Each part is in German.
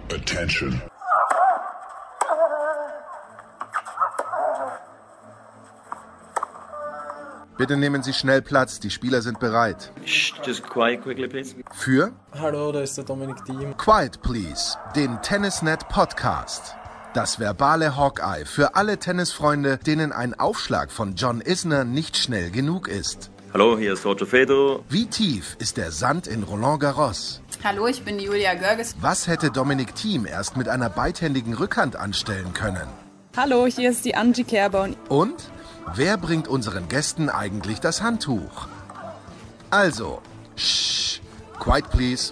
Attention. Bitte nehmen Sie schnell Platz, die Spieler sind bereit. Just quiet quickly, please. Für Hallo, da ist der Dominik Thiem. Quiet Please, den Tennisnet Podcast. Das verbale Hawkeye für alle Tennisfreunde, denen ein Aufschlag von John Isner nicht schnell genug ist. Hallo, hier ist Roger Federer. Wie tief ist der Sand in Roland Garros? Hallo, ich bin Julia Görges. Was hätte Dominik Thiem erst mit einer beidhändigen Rückhand anstellen können? Hallo, hier ist die Angie Kerber. Und wer bringt unseren Gästen eigentlich das Handtuch? Also, quiet please.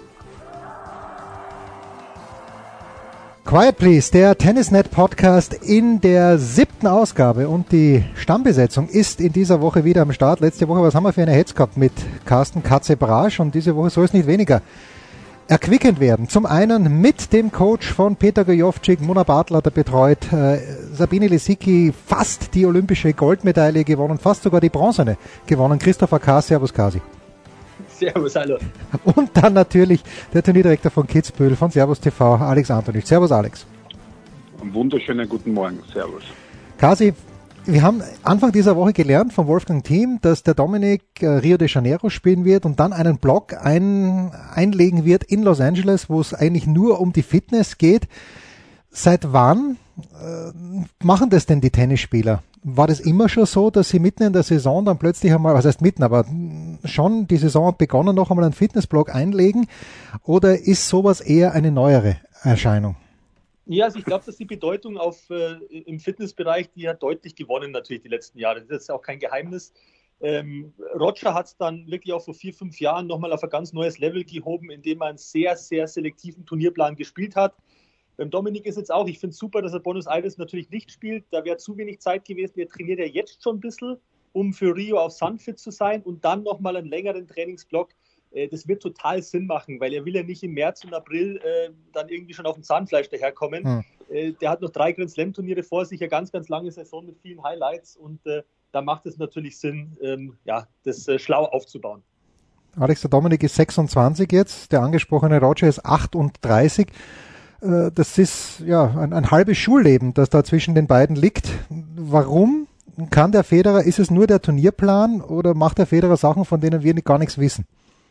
Quiet Please, der Tennisnet-Podcast in der 7. Ausgabe und die Stammbesetzung ist in dieser Woche wieder am Start. Letzte Woche, was haben wir für eine Hetz gehabt mit Carsten Katze-Brasch und diese Woche soll es nicht weniger erquickend werden. Zum einen mit dem Coach von Peter Gojowczyk, Mona Bartl hat er betreut, Sabine Lisicki fast die olympische Goldmedaille gewonnen, fast sogar die bronzene gewonnen, Christopher K. Servus Kasi. Servus, hallo. Und dann natürlich der Turnierdirektor von Kitzbühel von Servus TV, Alex Antonitsch. Servus Alex. Einen wunderschönen guten Morgen, servus. Kasi, wir haben Anfang dieser Woche gelernt vom Wolfgang Thiem, dass der Dominik Rio de Janeiro spielen wird und dann einen Block einlegen wird in Los Angeles, wo es eigentlich nur um die Fitness geht. Seit wann machen das denn die Tennisspieler? War das immer schon so, dass sie mitten in der Saison dann plötzlich einmal, was heißt mitten, aber schon die Saison hat begonnen, noch einmal einen Fitnessblock einlegen? Oder ist sowas eher eine neuere Erscheinung? Ja, also ich glaube, dass die Bedeutung im Fitnessbereich, die hat deutlich gewonnen natürlich die letzten Jahre. Das ist auch kein Geheimnis. Roger hat es dann wirklich auch vor 4-5 Jahren nochmal auf ein ganz neues Level gehoben, indem er einen sehr, sehr selektiven Turnierplan gespielt hat. Beim Dominik ist jetzt auch, ich finde es super, dass er Buenos Aires natürlich nicht spielt. Da wäre zu wenig Zeit gewesen. Er trainiert ja jetzt schon ein bisschen, um für Rio auf Sand fit zu sein und dann nochmal einen längeren Trainingsblock. Das wird total Sinn machen, weil er will ja nicht im März und April dann irgendwie schon auf dem Zahnfleisch daherkommen. Der hat noch 3 Grand Slam Turniere vor sich, eine ganz, ganz lange Saison mit vielen Highlights und da macht es natürlich Sinn, das schlau aufzubauen. Alex, der Dominik ist 26 jetzt, der angesprochene Roger ist 38. Das ist ja ein halbes Schulleben, das da zwischen den beiden liegt. Warum kann der Federer, ist es nur der Turnierplan oder macht der Federer Sachen, von denen wir gar nichts wissen?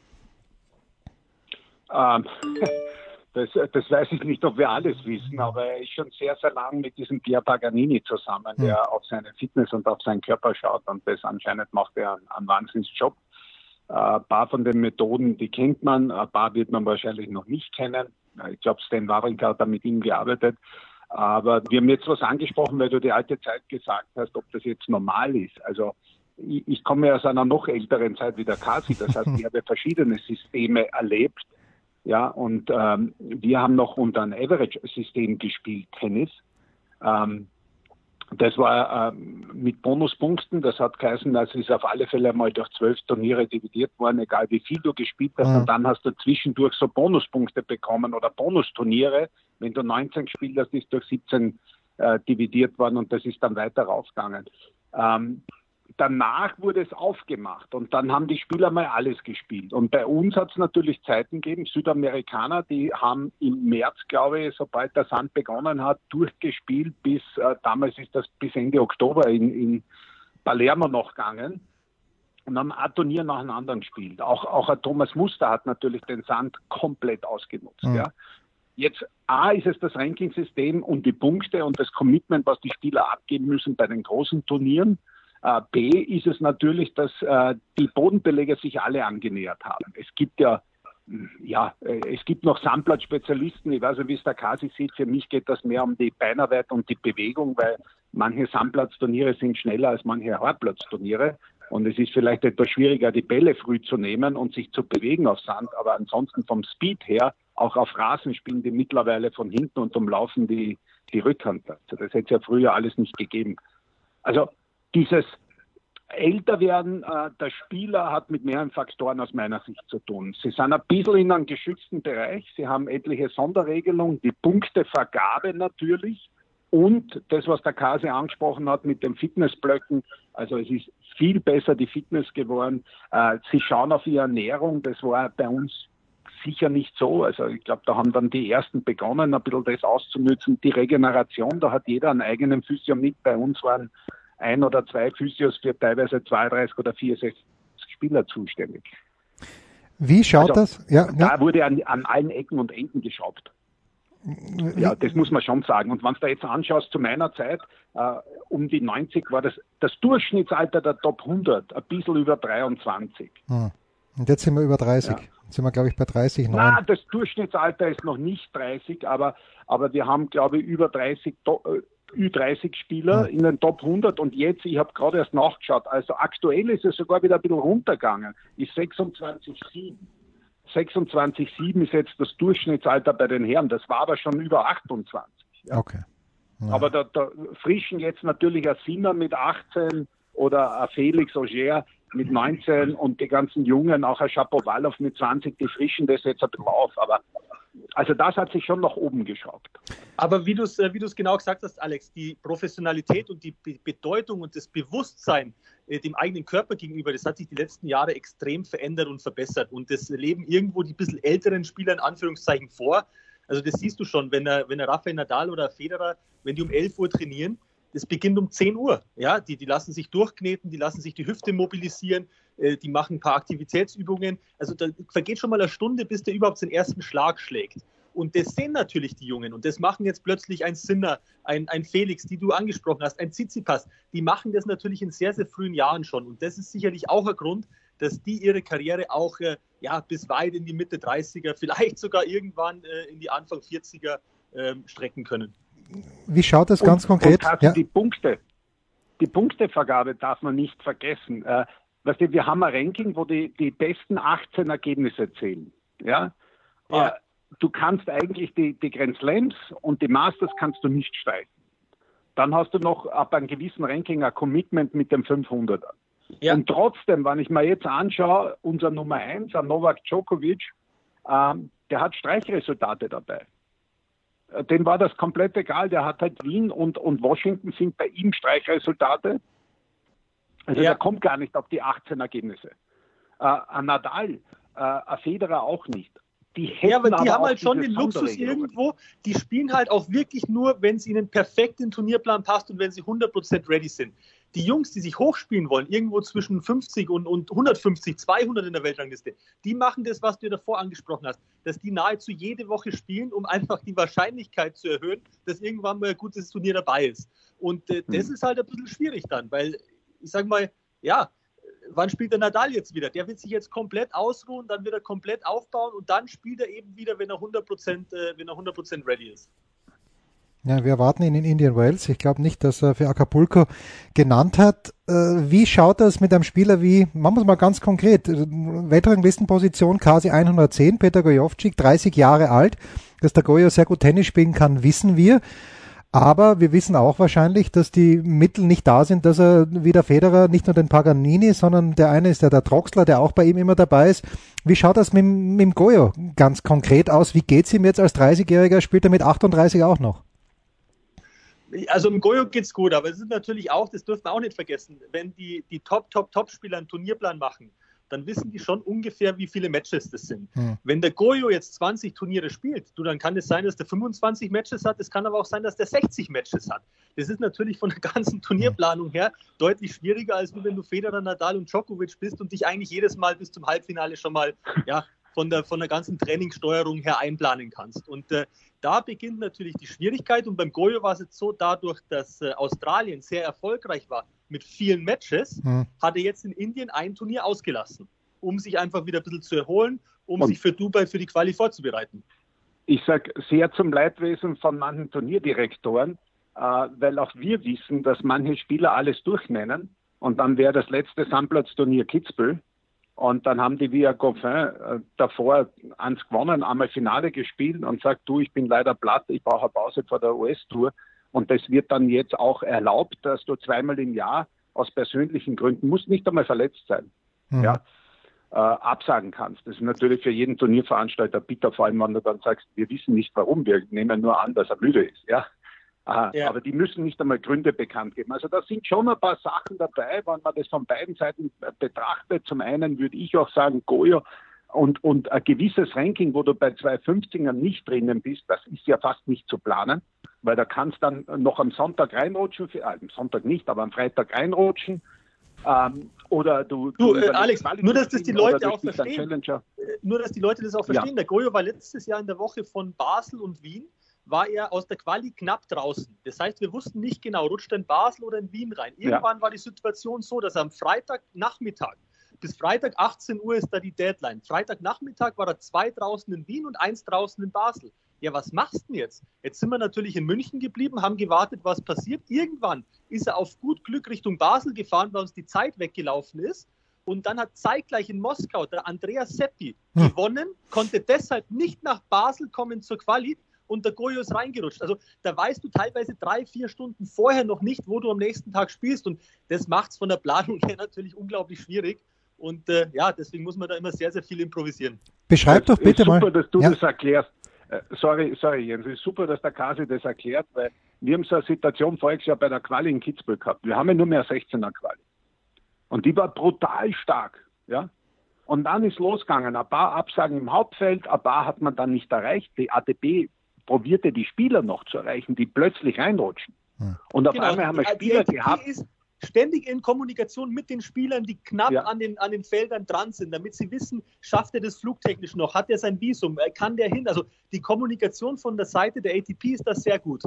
Das weiß ich nicht, ob wir alles wissen, aber er ist schon sehr, sehr lang mit diesem Pier Paganini zusammen, der auf seine Fitness und auf seinen Körper schaut und das anscheinend macht er einen Wahnsinnsjob. Ein paar von den Methoden, die kennt man, ein paar wird man wahrscheinlich noch nicht kennen. Ich glaube, Stan Wawrinka hat da mit ihm gearbeitet. Aber wir haben jetzt was angesprochen, weil du die alte Zeit gesagt hast, ob das jetzt normal ist. Also ich komme aus einer noch älteren Zeit wie der Kasi. Das heißt, ich habe verschiedene Systeme erlebt. Ja, und wir haben noch unter ein Average-System gespielt, Tennis. Das war mit Bonuspunkten, das hat geheißen, das ist auf alle Fälle mal durch 12 Turniere dividiert worden, egal wie viel du gespielt hast. Und dann hast du zwischendurch so Bonuspunkte bekommen oder Bonusturniere. Wenn du 19 gespielt hast, ist durch 17 dividiert worden und das ist dann weiter raufgegangen. Danach wurde es aufgemacht und dann haben die Spieler mal alles gespielt. Und bei uns hat es natürlich Zeiten gegeben, Südamerikaner, die haben im März, glaube ich, sobald der Sand begonnen hat, durchgespielt bis, damals ist das bis Ende Oktober in Palermo noch gegangen und haben ein Turnier nach dem anderen gespielt. Auch ein Thomas Muster hat natürlich den Sand komplett ausgenutzt. Ja. Jetzt A ist es das Rankingsystem und die Punkte und das Commitment, was die Spieler abgeben müssen bei den großen Turnieren. B ist es natürlich, dass die Bodenbeleger sich alle angenähert haben. Es gibt es gibt noch Sandplatzspezialisten. Ich weiß nicht, wie es der Kasi sieht. Für mich geht das mehr um die Beinarbeit und die Bewegung, weil manche Sandplatzturniere sind schneller als manche Hartplatzturniere. Und es ist vielleicht etwas schwieriger, die Bälle früh zu nehmen und sich zu bewegen auf Sand. Aber ansonsten vom Speed her, auch auf Rasen spielen die mittlerweile von hinten und umlaufen die Rückhand. Also das hätte es ja früher alles nicht gegeben. Also dieses Älterwerden der Spieler hat mit mehreren Faktoren aus meiner Sicht zu tun. Sie sind ein bisschen in einem geschützten Bereich. Sie haben etliche Sonderregelungen, die Punktevergabe natürlich und das, was der Kasi angesprochen hat mit den Fitnessblöcken. Also es ist viel besser die Fitness geworden. Sie schauen auf ihre Ernährung. Das war bei uns sicher nicht so. Also ich glaube, da haben dann die Ersten begonnen, ein bisschen das auszunützen. Die Regeneration, da hat jeder einen eigenen Physio mit. Bei uns waren 1 oder 2 Physios für teilweise 32 oder 64 Spieler zuständig. Wie schaut das? Ja, da wurde an allen Ecken und Enden geschraubt. Ja, das muss man schon sagen. Und wenn du da jetzt anschaust, zu meiner Zeit, um die 90 war das Durchschnittsalter der Top 100 ein bisschen über 23. Und jetzt sind wir über 30. Ja. Jetzt sind wir, glaube ich, bei 30,9. Na, das Durchschnittsalter ist noch nicht 30, aber wir haben, glaube ich, über 30 Ü30 Spieler in den Top 100 und jetzt, ich habe gerade erst nachgeschaut, also aktuell ist es sogar wieder ein bisschen runtergegangen, ist 26,7. 26,7 ist jetzt das Durchschnittsalter bei den Herren. Das war aber schon über 28. Ja. Okay. Ja. Aber da frischen jetzt natürlich ein Sinner mit 18 oder ein Felix Auger mit 19 und die ganzen Jungen, auch ein Shapovalov mit 20, die frischen das jetzt ein bisschen auf. Aber also das hat sich schon nach oben geschraubt. Aber wie du es genau gesagt hast, Alex, die Professionalität und die Bedeutung und das Bewusstsein dem eigenen Körper gegenüber, das hat sich die letzten Jahre extrem verändert und verbessert. Und das leben irgendwo die bisschen älteren Spieler in Anführungszeichen vor. Also das siehst du schon, wenn er Rafael Nadal oder Federer, wenn die um 11 Uhr trainieren, das beginnt um 10 Uhr. Ja, die lassen sich durchkneten, die lassen sich die Hüfte mobilisieren, die machen ein paar Aktivitätsübungen. Also da vergeht schon mal eine Stunde, bis der überhaupt den ersten Schlag schlägt. Und das sehen natürlich die Jungen. Und das machen jetzt plötzlich ein Sinner, ein Felix, die du angesprochen hast, ein Tsitsipas. Die machen das natürlich in sehr, sehr frühen Jahren schon. Und das ist sicherlich auch ein Grund, dass die ihre Karriere auch bis weit in die Mitte 30er, vielleicht sogar irgendwann in die Anfang 40er strecken können. Wie schaut das ganz konkret? Und die Punktevergabe darf man nicht vergessen. Wir haben ein Ranking, wo die besten 18 Ergebnisse zählen. Ja? Du kannst eigentlich die Grand Slams und die Masters kannst du nicht streichen. Dann hast du noch ab einem gewissen Ranking ein Commitment mit dem 500er. Ja. Und trotzdem, wenn ich mir jetzt anschaue, unser Nummer 1, Novak Djokovic, der hat Streichresultate dabei. Dem war das komplett egal. Der hat halt Wien und Washington sind bei ihm Streichresultate. Also der kommt gar nicht auf die 18 Ergebnisse. Ein Nadal, ein Federer auch nicht. Aber die haben halt schon den Luxus irgendwo. Die spielen halt auch wirklich nur, wenn es ihnen perfekt in den Turnierplan passt und wenn sie 100% ready sind. Die Jungs, die sich hochspielen wollen, irgendwo zwischen 50 und 150, 200 in der Weltrangliste, die machen das, was du davor angesprochen hast, dass die nahezu jede Woche spielen, um einfach die Wahrscheinlichkeit zu erhöhen, dass irgendwann mal ein gutes Turnier dabei ist. Und das ist halt ein bisschen schwierig dann, weil, ich sag mal, wann spielt der Nadal jetzt wieder? Der wird sich jetzt komplett ausruhen, dann wird er komplett aufbauen und dann spielt er eben wieder, wenn er 100% ready ist. Ja, wir erwarten ihn in Indian Wells. Ich glaube nicht, dass er für Acapulco genannt hat. Wie schaut das mit einem Spieler wie, machen wir es mal ganz konkret, Weltranglistenposition quasi 110, Peter Gojowczyk, 30 Jahre alt. Dass der Gojo sehr gut Tennis spielen kann, wissen wir. Aber wir wissen auch wahrscheinlich, dass die Mittel nicht da sind, dass er wie der Federer nicht nur den Paganini, sondern der eine ist der Troxler, der auch bei ihm immer dabei ist. Wie schaut das mit dem Gojo ganz konkret aus? Wie geht's ihm jetzt als 30-Jähriger? Spielt er mit 38 auch noch? Also im Gojo geht's gut, aber es ist natürlich auch, das dürfen wir auch nicht vergessen, wenn die Top-Spieler einen Turnierplan machen, dann wissen die schon ungefähr, wie viele Matches das sind. Wenn der Gojo jetzt 20 Turniere spielt, dann kann es sein, dass der 25 Matches hat, es kann aber auch sein, dass der 60 Matches hat. Das ist natürlich von der ganzen Turnierplanung her deutlich schwieriger, als wenn du Federer, Nadal und Djokovic bist und dich eigentlich jedes Mal bis zum Halbfinale schon mal von der ganzen Trainingssteuerung her einplanen kannst. Und da beginnt natürlich die Schwierigkeit. Und beim Gojo war es jetzt so, dadurch, dass Australien sehr erfolgreich war mit vielen Matches, hat er jetzt in Indien ein Turnier ausgelassen, um sich einfach wieder ein bisschen zu erholen, sich für Dubai, für die Quali vorzubereiten. Ich sage sehr zum Leidwesen von manchen Turnierdirektoren, weil auch wir wissen, dass manche Spieler alles durchnennen und dann wäre das letzte Sandplatzturnier Kitzbühel. Und dann haben die via Goffin davor eins gewonnen, einmal Finale gespielt und sagt, ich bin leider platt, ich brauche eine Pause vor der US-Tour. Und das wird dann jetzt auch erlaubt, dass du zweimal im Jahr aus persönlichen Gründen, musst nicht einmal verletzt sein, absagen kannst. Das ist natürlich für jeden Turnierveranstalter bitter, vor allem wenn du dann sagst, wir wissen nicht warum, wir nehmen nur an, dass er müde ist. Ja. Aber die müssen nicht einmal Gründe bekannt geben. Also da sind schon ein paar Sachen dabei, wenn man das von beiden Seiten betrachtet. Zum einen würde ich auch sagen, Gojo und ein gewisses Ranking, wo du bei 250ern nicht drinnen bist, das ist ja fast nicht zu planen, weil da kannst dann noch am Sonntag reinrutschen, am Sonntag nicht, aber am Freitag reinrutschen. Oder du Alex, nur dass das die Leute auch verstehen. Nur dass die Leute das auch verstehen. Ja. Der Gojo war letztes Jahr in der Woche von Basel und Wien, war er aus der Quali knapp draußen. Das heißt, wir wussten nicht genau, rutscht er in Basel oder in Wien rein. Irgendwann war die Situation so, dass er am Freitagnachmittag, bis Freitag 18 Uhr ist da die Deadline. Freitagnachmittag war er 2 draußen in Wien und 1 draußen in Basel. Ja, was machst du denn jetzt? Jetzt sind wir natürlich in München geblieben, haben gewartet, was passiert. Irgendwann ist er auf gut Glück Richtung Basel gefahren, weil uns die Zeit weggelaufen ist. Und dann hat zeitgleich in Moskau der Andrea Seppi gewonnen, konnte deshalb nicht nach Basel kommen zur Quali und der Gojo ist reingerutscht. Also da weißt du teilweise 3-4 Stunden vorher noch nicht, wo du am nächsten Tag spielst. Und das macht es von der Planung her natürlich unglaublich schwierig. Und deswegen muss man da immer sehr, sehr viel improvisieren. Beschreib doch bitte mal. Super, dass du das erklärst. Sorry, Jens, es ist super, dass der Kasi das erklärt, weil wir haben so eine Situation voriges Jahr bei der Quali in Kitzbühel gehabt. Wir haben ja nur mehr 16er Quali. Und die war brutal stark. Ja? Und dann ist losgegangen. Ein paar Absagen im Hauptfeld, ein paar hat man dann nicht erreicht. Die ATP probierte die Spieler noch zu erreichen, die plötzlich reinrutschen. Und auf einmal haben wir Spieler gehabt. Ist ständig in Kommunikation mit den Spielern, die knapp an den Feldern dran sind, damit sie wissen, schafft er das flugtechnisch noch, hat er sein Visum, kann der hin? Also die Kommunikation von der Seite der ATP ist da sehr gut.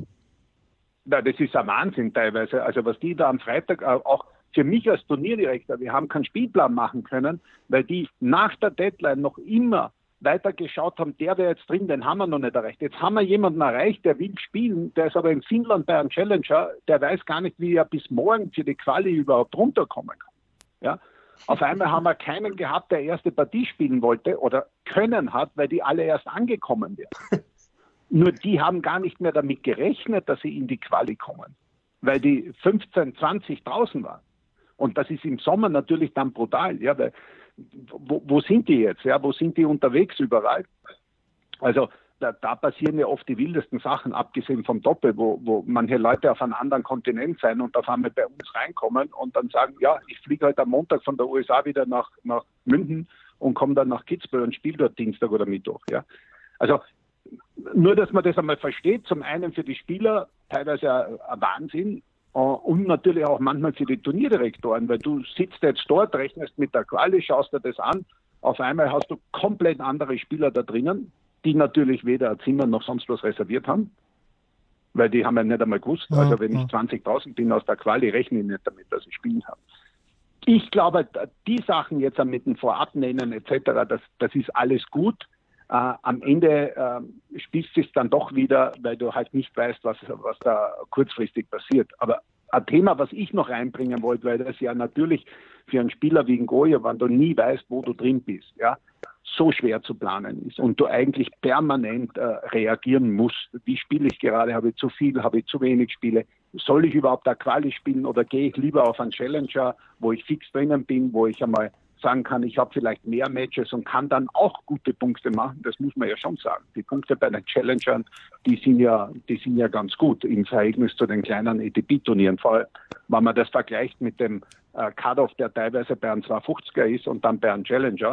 Ja, das ist ein Wahnsinn teilweise. Also was die da am Freitag auch für mich als Turnierdirektor, wir haben keinen Spielplan machen können, weil die nach der Deadline noch immer weiter geschaut haben, der wäre jetzt drin, den haben wir noch nicht erreicht. Jetzt haben wir jemanden erreicht, der will spielen, der ist aber in Finnland bei einem Challenger, der weiß gar nicht, wie er bis morgen für die Quali überhaupt runterkommen kann. Ja? Auf einmal haben wir keinen gehabt, der erste Partie spielen wollte oder können hat, weil die alle erst angekommen wären. Nur die haben gar nicht mehr damit gerechnet, dass sie in die Quali kommen, weil die 15, 20 draußen waren. Und das ist im Sommer natürlich dann brutal, ja, weil wo sind die jetzt? Ja, wo sind die unterwegs überall? Also da passieren ja oft die wildesten Sachen, abgesehen vom Doppel, wo manche Leute auf einem anderen Kontinent sein und auf einmal bei uns reinkommen und dann sagen, ja, ich fliege heute am Montag von der USA wieder nach München und komme dann nach Kitzbühel und spiele dort Dienstag oder Mittwoch. Ja. Also nur, dass man das einmal versteht, zum einen für die Spieler teilweise ein Wahnsinn, und natürlich auch manchmal für die Turnierdirektoren, weil du sitzt jetzt dort, rechnest mit der Quali, schaust dir das an, auf einmal hast du komplett andere Spieler da drinnen, die natürlich weder ein Zimmer noch sonst was reserviert haben, weil die haben ja nicht einmal gewusst, also wenn ich 20.000 bin aus der Quali, rechne ich nicht damit, dass ich spielen kann. Ich glaube, die Sachen jetzt mit dem Vorabnehmen etc., das ist alles gut. Am Ende spielst du es dann doch wieder, weil du halt nicht weißt, was da kurzfristig passiert. Aber ein Thema, was ich noch reinbringen wollte, weil das ja natürlich für einen Spieler wie ein Gojo, wenn du nie weißt, wo du drin bist, ja, so schwer zu planen ist und du eigentlich permanent reagieren musst. Wie spiele ich gerade? Habe ich zu viel? Habe ich zu wenig Spiele? Soll ich überhaupt eine Quali spielen oder gehe ich lieber auf einen Challenger, wo ich fix drinnen bin, wo ich einmal sagen kann, ich habe vielleicht mehr Matches und kann dann auch gute Punkte machen. Das muss man ja schon sagen. Die Punkte bei den Challengern, die sind ja ganz gut im Verhältnis zu den kleinen ATP-Turnieren. Vor allem, wenn man das vergleicht mit dem Cut-Off, der teilweise bei einem 250er ist und dann bei einem Challenger,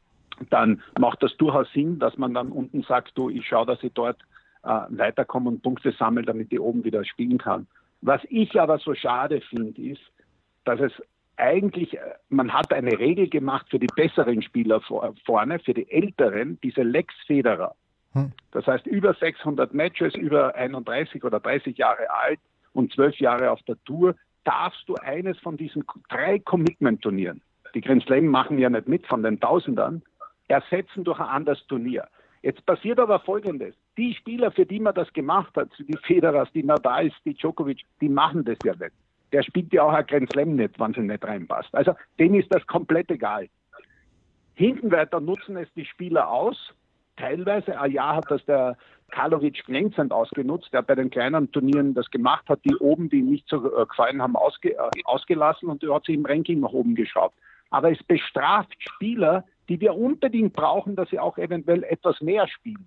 dann macht das durchaus Sinn, dass man dann unten sagt, du, ich schaue, dass ich dort weiterkomme und Punkte sammle, damit ich oben wieder spielen kann. Was ich aber so schade finde, ist, dass es eigentlich, man hat eine Regel gemacht für die besseren Spieler vorne, für die Älteren, diese Lex Federer. Das heißt, über 600 Matches, über 31 oder 30 Jahre alt und 12 Jahre auf der Tour, darfst du eines von diesen 3 Commitment-Turnieren, die Grand Slam machen ja nicht mit von den Tausendern, ersetzen durch ein anderes Turnier. Jetzt passiert aber Folgendes. Die Spieler, für die man das gemacht hat, die Federers, die Nadals, die Djokovic, die machen das ja nicht. Der spielt ja auch ein Grand Slam nicht, wenn sie nicht reinpasst. Also denen ist das komplett egal. Hinten weiter nutzen es die Spieler aus. Teilweise, ein Jahr hat das der Karlovic glänzend ausgenutzt, der bei den kleinen Turnieren das gemacht hat, die oben, die nicht so gefallen haben, ausgelassen und der hat sich im Ranking nach oben geschraubt. Aber es bestraft Spieler, die wir unbedingt brauchen, dass sie auch eventuell etwas mehr spielen.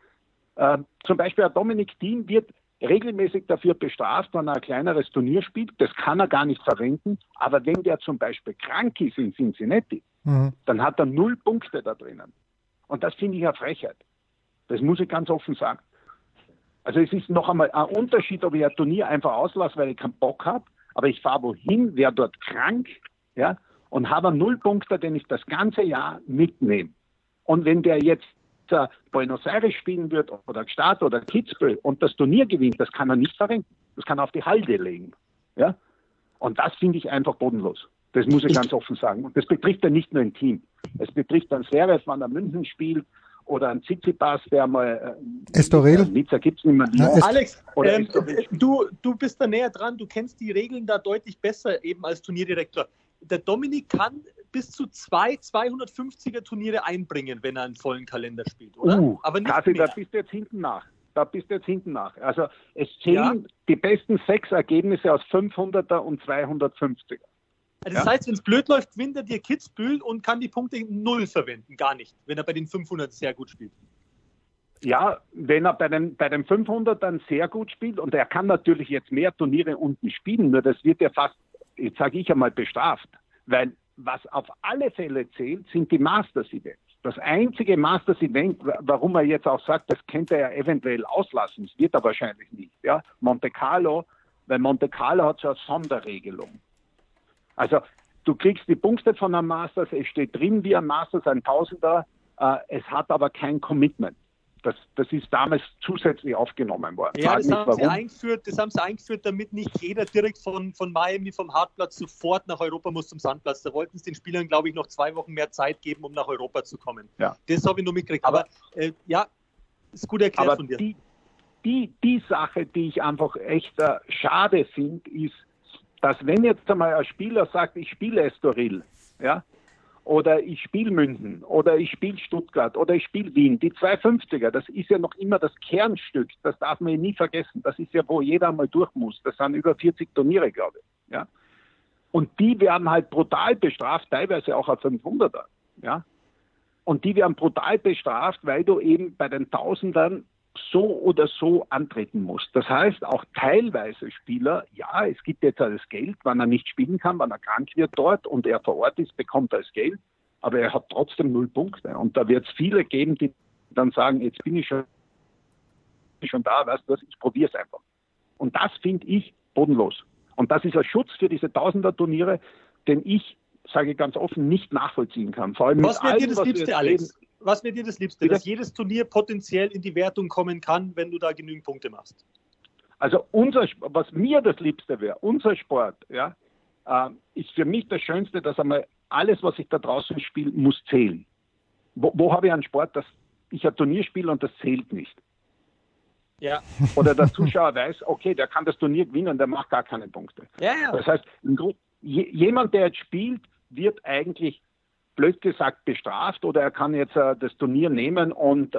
Zum Beispiel ein Dominik Thiem wird regelmäßig dafür bestraft, wenn er ein kleineres Turnier spielt. Das kann er gar nicht verwenden. Aber wenn der zum Beispiel krank ist in Cincinnati, dann hat er 0 Punkte da drinnen. Und das finde ich eine Frechheit. Das muss ich ganz offen sagen. Also es ist noch einmal ein Unterschied, ob ich ein Turnier einfach auslasse, weil ich keinen Bock habe, aber ich fahre wohin, wäre dort krank, ja, und habe einen Nullpunkter, den ich das ganze Jahr mitnehme. Und wenn der jetzt Buenos Aires spielen wird oder Gstaad oder Kitzbühel und das Turnier gewinnt, das kann er nicht verrenken. Das kann er auf die Halde legen. Ja? Und das finde ich einfach bodenlos. Das muss ich ganz offen sagen. Und das betrifft ja nicht nur ein Team. Es betrifft dann Zverev, wenn er München spielt, oder ein Tsitsipas, der mal... Estoril. Nizza gibt es nicht mehr. Ja, Alex, du bist da näher dran, du kennst die Regeln da deutlich besser eben als Turnierdirektor. Der Dominik kann bis zu 250er Turniere einbringen, wenn er einen vollen Kalender spielt, oder? Aber nicht Kasi, mehr. da bist du jetzt hinten nach. Also es zählen die besten 6 Ergebnisse aus 500er und 250er. Das heißt, wenn es blöd läuft, gewinnt er dir Kitzbühel und kann die Punkte 0 verwenden. Gar nicht, wenn er bei den 500 sehr gut spielt. Ja, wenn er bei den 500 dann sehr gut spielt und er kann natürlich jetzt mehr Turniere unten spielen, nur das wird ja fast, jetzt sage ich einmal, bestraft. Weil was auf alle Fälle zählt, sind die Masters-Events. Das einzige Masters-Event, warum er jetzt auch sagt, das könnte er eventuell auslassen, das wird er wahrscheinlich nicht. Ja? Monte Carlo, weil Monte Carlo hat so eine Sonderregelung. Also du kriegst die Punkte von einem Masters, es steht drin wie ein Masters, ein Tausender, es hat aber kein Commitment. Das ist damals zusätzlich aufgenommen worden. Ja, das haben sie eingeführt, damit nicht jeder direkt von Miami, vom Hartplatz sofort nach Europa muss zum Sandplatz. Da wollten es den Spielern, glaube ich, noch 2 Wochen mehr Zeit geben, um nach Europa zu kommen. Ja. Das habe ich nur mitgekriegt. Aber ist gut erklärt von dir. Die Sache, die ich einfach echt schade finde, ist, dass wenn jetzt einmal ein Spieler sagt, ich spiele Estoril, ja, oder ich spiele München, oder ich spiele Stuttgart, oder ich spiele Wien, die 250er, das ist ja noch immer das Kernstück, das darf man ja nie vergessen, das ist ja, wo jeder mal durch muss, das sind über 40 Turniere, glaube ich, ja. Und die werden halt brutal bestraft, teilweise auch auf 500er, ja. Und die werden brutal bestraft, weil du eben bei den Tausendern so oder so antreten muss. Das heißt, auch teilweise Spieler, ja, es gibt jetzt das Geld, wenn er nicht spielen kann, wenn er krank wird dort und er vor Ort ist, bekommt er das Geld, aber er hat trotzdem 0 Punkte. Und da wird es viele geben, die dann sagen, jetzt bin ich schon da, weißt du was, ich probiere es einfach. Und das finde ich bodenlos. Und das ist ein Schutz für diese Tausender-Turniere, den ich, sage ich ganz offen, nicht nachvollziehen kann. Vor allem was wäre dir das Liebste, Alex? Was wäre dir das Liebste, dass jedes Turnier potenziell in die Wertung kommen kann, wenn du da genügend Punkte machst? Also was mir das Liebste wäre, unser Sport, ja, ist für mich das Schönste, dass einmal alles, was ich da draußen spiele, muss zählen. Wo habe ich einen Sport, dass ich ein Turnier spiele und das zählt nicht? Ja. Oder der Zuschauer weiß, okay, der kann das Turnier gewinnen, der macht gar keine Punkte. Ja. Das heißt, jemand, der jetzt spielt, wird eigentlich blöd gesagt bestraft, oder er kann jetzt das Turnier nehmen und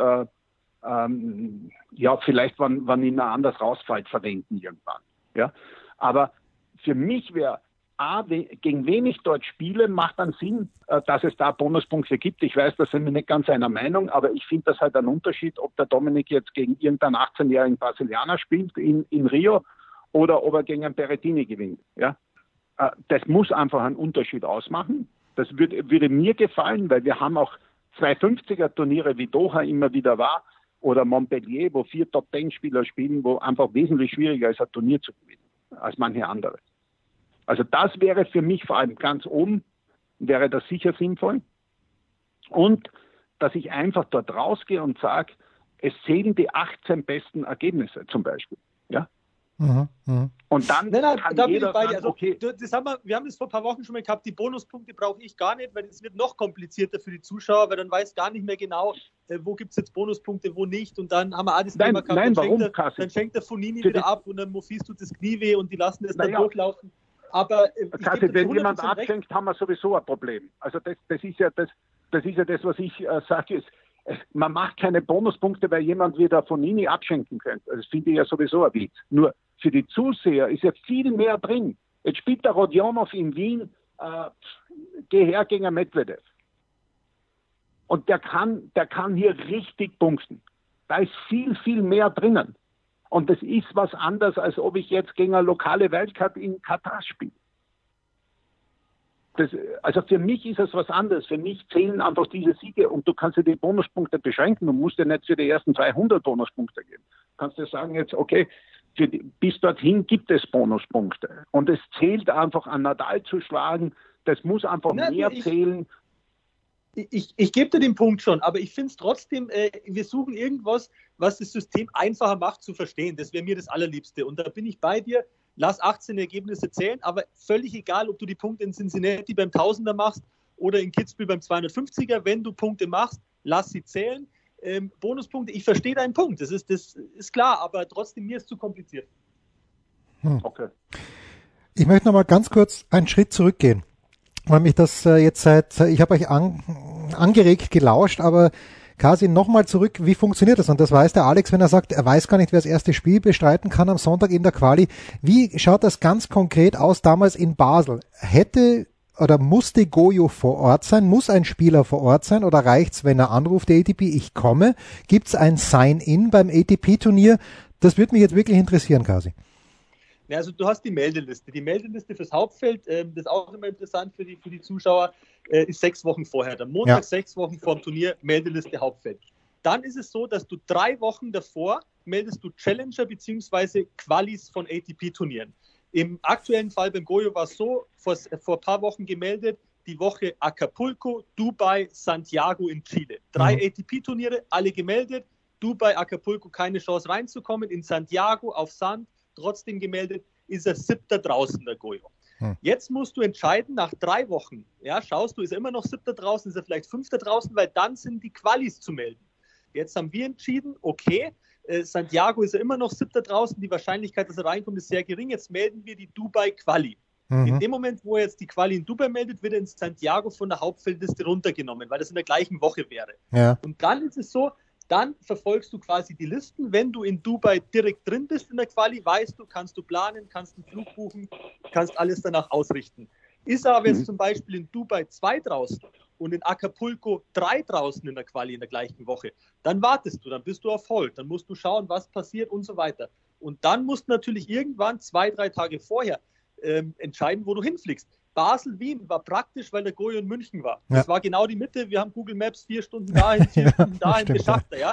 vielleicht, wann ihn anders rausfällt, verwenden irgendwann. Ja? Aber für mich wäre, gegen wen ich dort spiele, macht dann Sinn, dass es da Bonuspunkte gibt. Ich weiß, da sind wir nicht ganz einer Meinung, aber ich finde das halt ein Unterschied, ob der Dominik jetzt gegen irgendeinen 18-jährigen Brasilianer spielt in Rio oder ob er gegen einen Berrettini gewinnt. Ja? Das muss einfach einen Unterschied ausmachen. Das würde mir gefallen, weil wir haben auch 250er-Turniere, wie Doha immer wieder war, oder Montpellier, wo 4 Top-10-Spieler spielen, wo einfach wesentlich schwieriger ist, ein Turnier zu gewinnen, als manche andere. Also das wäre für mich vor allem ganz oben, wäre das sicher sinnvoll. Und dass ich einfach dort rausgehe und sage, es zählen die 18 besten Ergebnisse zum Beispiel. Ja? Und dann kann jeder sagen, also, okay. Wir haben das vor ein paar Wochen schon mal gehabt, die Bonuspunkte brauche ich gar nicht, weil es wird noch komplizierter für die Zuschauer, weil dann weiß gar nicht mehr genau, wo gibt es jetzt Bonuspunkte, wo nicht, und dann haben wir auch das Thema gehabt, dann schenkt der Fonini wieder ab und dann Mofis tut das Knie weh und die lassen das dann durchlaufen. Aber Kasi, wenn jemand abschenkt, haben wir sowieso ein Problem. Also das ist ja das, was ich sage, man macht keine Bonuspunkte, weil jemand wieder Fonini abschenken könnte. Das finde ich ja sowieso ein Witz. Nur für die Zuseher ist ja viel mehr drin. Jetzt spielt der Rodionov in Wien, geh her gegen einen Medvedev. Und der kann hier richtig punkten. Da ist viel, viel mehr drinnen. Und das ist was anderes, als ob ich jetzt gegen eine lokale Wildcard in Katar spiele. Also für mich ist es was anderes. Für mich zählen einfach diese Siege und du kannst dir die Bonuspunkte beschränken. Du musst ja nicht für die ersten 300 Bonuspunkte geben. Du kannst dir sagen jetzt, okay, bis dorthin gibt es Bonuspunkte. Und es zählt einfach an Nadal zu schlagen. Das muss einfach mehr zählen. Ich gebe dir den Punkt schon, aber ich finde es trotzdem, wir suchen irgendwas, was das System einfacher macht zu verstehen. Das wäre mir das Allerliebste. Und da bin ich bei dir. Lass 18 Ergebnisse zählen, aber völlig egal, ob du die Punkte in Cincinnati beim Tausender machst oder in Kitzbühel beim 250er. Wenn du Punkte machst, lass sie zählen. Bonuspunkte, ich verstehe deinen Punkt. Das ist klar, aber trotzdem, mir ist zu kompliziert. Okay. Ich möchte noch mal ganz kurz einen Schritt zurückgehen, weil mich das jetzt ich habe euch angeregt gelauscht, aber Kasi, nochmal zurück, wie funktioniert das? Und das weiß der Alex, wenn er sagt, er weiß gar nicht, wer das erste Spiel bestreiten kann am Sonntag in der Quali. Wie schaut das ganz konkret aus damals in Basel? Hätte oder musste Gojo vor Ort sein? Muss ein Spieler vor Ort sein? Oder reicht's, wenn er anruft, der ATP, ich komme? Gibt's ein Sign-in beim ATP-Turnier? Das würde mich jetzt wirklich interessieren, Kasi. Ja, also du hast die Meldeliste. Die Meldeliste fürs Hauptfeld, das ist auch immer interessant für die Zuschauer, ist 6 Wochen vorher. Am Montag, 6 Wochen vor dem Turnier, Meldeliste Hauptfeld. Dann ist es so, dass du 3 Wochen davor meldest du Challenger bzw. Qualis von ATP-Turnieren. Im aktuellen Fall beim Gojo war es so, vor ein paar Wochen gemeldet, die Woche Acapulco, Dubai, Santiago in Chile. 3 ATP-Turniere, alle gemeldet. Dubai, Acapulco, keine Chance reinzukommen. In Santiago auf Sand, trotzdem gemeldet, ist er 7. draußen, der Gojo. Jetzt musst du entscheiden, nach 3 Wochen, ja, schaust du, ist er immer noch 7. draußen, ist er vielleicht 5. draußen, weil dann sind die Qualis zu melden. Jetzt haben wir entschieden, okay, Santiago ist er immer noch 7. draußen, die Wahrscheinlichkeit, dass er reinkommt, ist sehr gering, jetzt melden wir die Dubai-Quali. In dem Moment, wo er jetzt die Quali in Dubai meldet, wird er in Santiago von der Hauptfeldliste runtergenommen, weil das in der gleichen Woche wäre. Ja. Und dann ist es so, dann verfolgst du quasi die Listen. Wenn du in Dubai direkt drin bist in der Quali, weißt du, kannst du planen, kannst einen Flug buchen, kannst alles danach ausrichten. Ist er aber jetzt zum Beispiel in Dubai 2 draußen und in Acapulco 3 draußen in der Quali in der gleichen Woche, dann wartest du, dann bist du auf Hold, dann musst du schauen, was passiert und so weiter. Und dann musst du natürlich irgendwann 2-3 Tage vorher entscheiden, wo du hinfliegst. Basel-Wien war praktisch, weil der Gojo in München war. Ja. Das war genau die Mitte. Wir haben Google Maps 4 Stunden dahin, 4 Stunden dahin geschafft. Ja.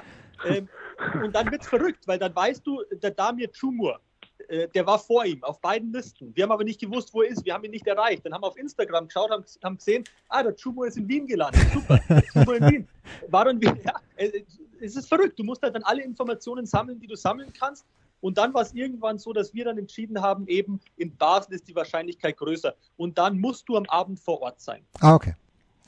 Und dann wird es verrückt, weil dann weißt du, der Damir Cumhur, der war vor ihm auf beiden Listen. Wir haben aber nicht gewusst, wo er ist. Wir haben ihn nicht erreicht. Dann haben wir auf Instagram geschaut, haben gesehen, der Cumhur ist in Wien gelandet. Super, Cumhur in Wien. War dann wieder, es ist verrückt. Du musst halt dann alle Informationen sammeln, die du sammeln kannst. Und dann war es irgendwann so, dass wir dann entschieden haben, eben in Basel ist die Wahrscheinlichkeit größer. Und dann musst du am Abend vor Ort sein. Okay.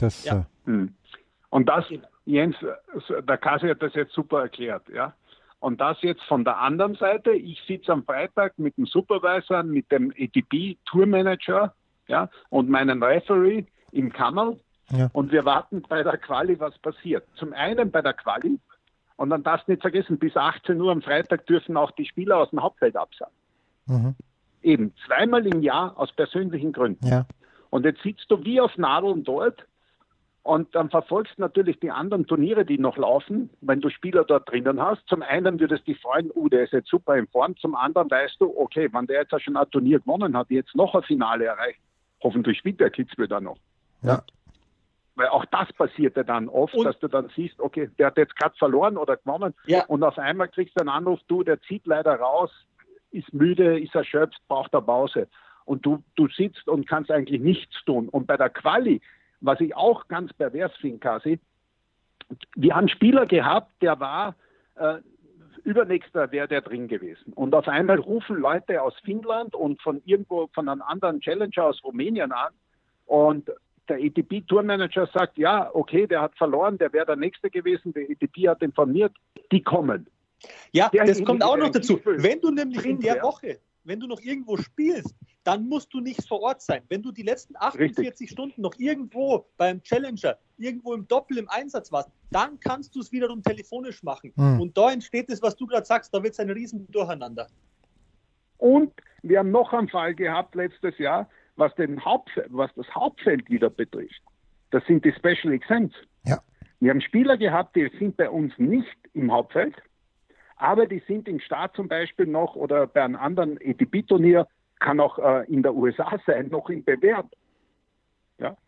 Und das, Jens, der Kasi hat das jetzt super erklärt, ja. Und das jetzt von der anderen Seite, ich sitze am Freitag mit dem Supervisor, mit dem ATP-Tourmanager, ja, und meinem Referee im Kammerl. Ja. Und wir warten bei der Quali, was passiert. Zum einen bei der Quali. Und dann darfst du nicht vergessen, bis 18 Uhr am Freitag dürfen auch die Spieler aus dem Hauptfeld absagen. Eben, 2-mal im Jahr aus persönlichen Gründen. Ja. Und jetzt sitzt du wie auf Nadeln dort und dann verfolgst du natürlich die anderen Turniere, die noch laufen, wenn du Spieler dort drinnen hast. Zum einen würdest du dich freuen, der ist jetzt super in Form. Zum anderen weißt du, okay, wenn der jetzt auch schon ein Turnier gewonnen hat, jetzt noch ein Finale erreicht, hoffentlich spielt der Kitzbühel dann noch. Ja. Weil auch das passierte dann oft, dass du dann siehst, okay, der hat jetzt gerade verloren oder gewonnen und auf einmal kriegst du einen Anruf, der zieht leider raus, ist müde, ist erschöpft, braucht eine Pause. Und du sitzt und kannst eigentlich nichts tun. Und bei der Quali, was ich auch ganz pervers finde, Kasi, wir haben einen Spieler gehabt, der war übernächster wäre der drin gewesen. Und auf einmal rufen Leute aus Finnland und von einem anderen Challenger aus Rumänien an und der ATP-Tourmanager sagt, ja, okay, der hat verloren, der wäre der Nächste gewesen, der ATP hat informiert, die kommen. Ja, das kommt auch noch dazu. Wenn du nämlich in der Woche, wenn du noch irgendwo spielst, dann musst du nicht vor Ort sein. Wenn du die letzten 48 Stunden noch irgendwo beim Challenger, irgendwo im Doppel im Einsatz warst, dann kannst du es wiederum telefonisch machen. Und da entsteht es, was du gerade sagst, da wird es ein riesen Durcheinander. Und wir haben noch einen Fall gehabt letztes Jahr, was das Hauptfeld wieder betrifft. Das sind die Special Exempts. Ja. Wir haben Spieler gehabt, die sind bei uns nicht im Hauptfeld, aber die sind im Start zum Beispiel noch oder bei einem anderen ATP-Turnier, kann auch in der USA sein, noch im Bewerb. Ja?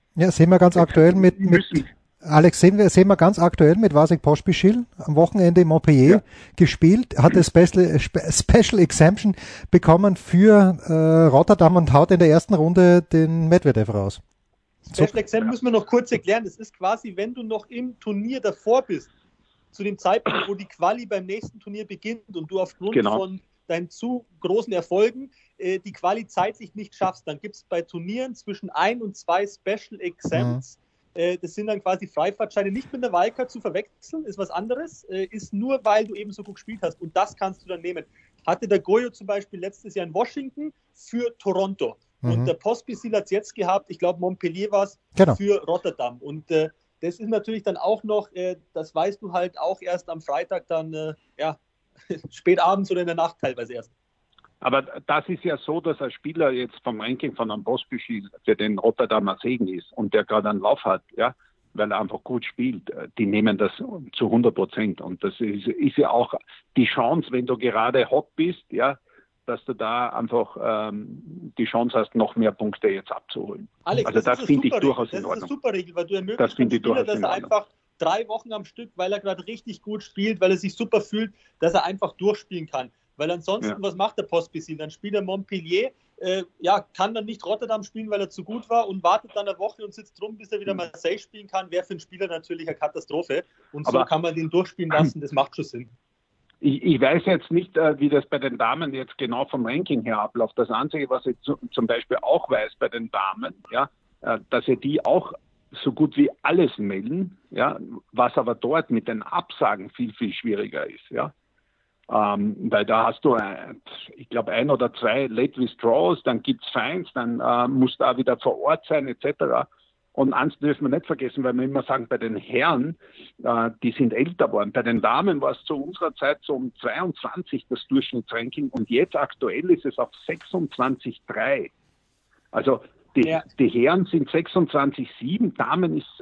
Ja, sehen wir ganz aktuell mit Alex, sehen wir ganz aktuell mit Vasek Pospischil am Wochenende in Montpellier gespielt, hat das Special Exemption bekommen für Rotterdam und haut in der ersten Runde den Medvedev raus. Special Exemption müssen wir noch kurz erklären. Das ist quasi, wenn du noch im Turnier davor bist, zu dem Zeitpunkt, wo die Quali beim nächsten Turnier beginnt und du aufgrund von deinen zu großen Erfolgen die Quali zeitlich nicht schaffst, dann gibt es bei Turnieren zwischen 1 und 2 Special Exempts. Das sind dann quasi Freifahrtscheine, nicht mit einer Wildcard zu verwechseln, ist was anderes, ist nur, weil du eben so gut gespielt hast und das kannst du dann nehmen. Hatte der Goyo zum Beispiel letztes Jahr in Washington für Toronto und der Pospisil hat es jetzt gehabt, ich glaube Montpellier war es, für Rotterdam und das ist natürlich dann auch noch, das weißt du halt auch erst am Freitag dann, spät abends oder in der Nacht teilweise erst. Aber das ist ja so, dass ein Spieler jetzt vom Ranking von einem Pospisil für den Rotterdamer Segen ist und der gerade einen Lauf hat, ja, weil er einfach gut spielt, die nehmen das zu 100%. Und das ist ja auch die Chance, wenn du gerade hot bist, ja, dass du da einfach die Chance hast, noch mehr Punkte jetzt abzuholen. Alex, also das finde ich durchaus in Ordnung. Das ist eine super Regel, weil du ermöglicht dem Spieler, dass er einfach 3 Wochen am Stück, weil er gerade richtig gut spielt, weil er sich super fühlt, dass er einfach durchspielen kann. Weil ansonsten, was macht der Pospisil? Dann spielt er Montpellier, kann dann nicht Rotterdam spielen, weil er zu gut war und wartet dann eine Woche und sitzt drum, bis er wieder Marseille spielen kann. Wäre für einen Spieler natürlich eine Katastrophe. Und so kann man den durchspielen lassen, das macht schon Sinn. Ich weiß jetzt nicht, wie das bei den Damen jetzt genau vom Ranking her abläuft. Das Einzige, was ich zum Beispiel auch weiß bei den Damen, ja, dass ja die auch so gut wie alles melden, ja, was aber dort mit den Absagen viel, viel schwieriger ist, ja. Weil da hast du, ich glaube, 1 oder 2 Late Withdrawals, dann gibt es Fines, dann musst du auch wieder vor Ort sein, etc. Und eins dürfen wir nicht vergessen, weil wir immer sagen, bei den Herren, die sind älter geworden. Bei den Damen war es zu unserer Zeit so um 22 das Durchschnittsranking und jetzt aktuell ist es auf 26,3. Also die Herren sind 26,7, Damen ist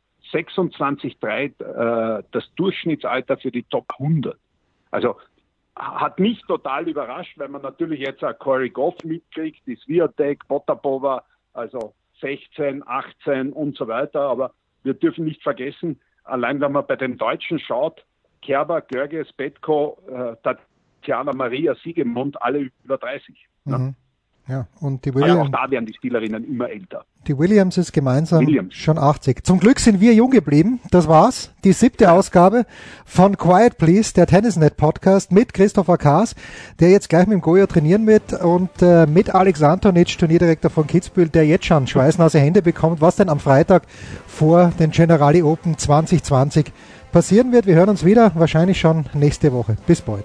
26,3 das Durchschnittsalter für die Top 100. Also hat mich total überrascht, weil man natürlich jetzt auch Corey Goff mitkriegt, die Swiatek, Potapova, also 16, 18 und so weiter. Aber wir dürfen nicht vergessen, allein wenn man bei den Deutschen schaut, Kerber, Görges, Petko, Tatjana Maria, Siegemund, alle über 30. Ne? Ja, und die Williams, auch da werden die Spielerinnen immer älter. Die Williams ist gemeinsam schon 80. Zum Glück sind wir jung geblieben. Das war's. Die 7. Ausgabe von Quiet Please, der Tennisnet Podcast mit Christopher Kaas, der jetzt gleich mit dem Goyo trainieren wird und mit Alex Antonic, Turnierdirektor von Kitzbühel, der jetzt schon schweißnasse Hände bekommt, was denn am Freitag vor den Generali Open 2020 passieren wird. Wir hören uns wieder, wahrscheinlich schon nächste Woche. Bis bald.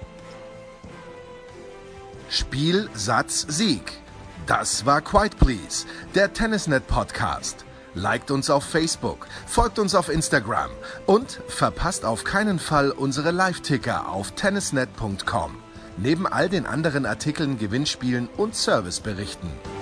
Spiel, Satz, Sieg. Das war Quiet Please, der Tennisnet Podcast. Liked uns auf Facebook, folgt uns auf Instagram und verpasst auf keinen Fall unsere Live-Ticker auf tennisnet.com. Neben all den anderen Artikeln, Gewinnspielen und Serviceberichten.